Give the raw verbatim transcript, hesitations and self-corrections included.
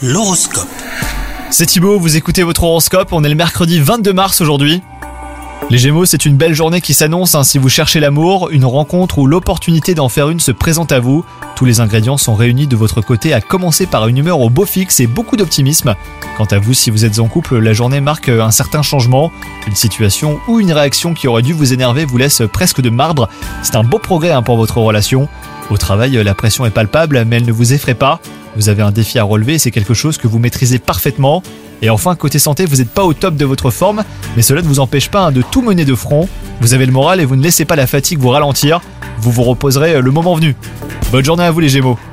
L'horoscope. C'est Thibaut, vous écoutez votre horoscope, on est le mercredi vingt-deux mars aujourd'hui. Les Gémeaux, c'est une belle journée qui s'annonce hein, si vous cherchez l'amour, une rencontre ou l'opportunité d'en faire une se présente à vous. Tous les ingrédients sont réunis de votre côté, à commencer par une humeur au beau fixe et beaucoup d'optimisme. Quant à vous, si vous êtes en couple, la journée marque un certain changement. Une situation ou une réaction qui aurait dû vous énerver vous laisse presque de marbre. C'est un beau progrès hein, pour votre relation. Au travail, la pression est palpable, mais elle ne vous effraie pas. Vous avez un défi à relever et c'est quelque chose que vous maîtrisez parfaitement. Et enfin, côté santé, vous n'êtes pas au top de votre forme, mais cela ne vous empêche pas hein, de tout mener de front. Vous avez le moral et vous ne laissez pas la fatigue vous ralentir. Vous vous reposerez le moment venu. Bonne journée à vous les Gémeaux.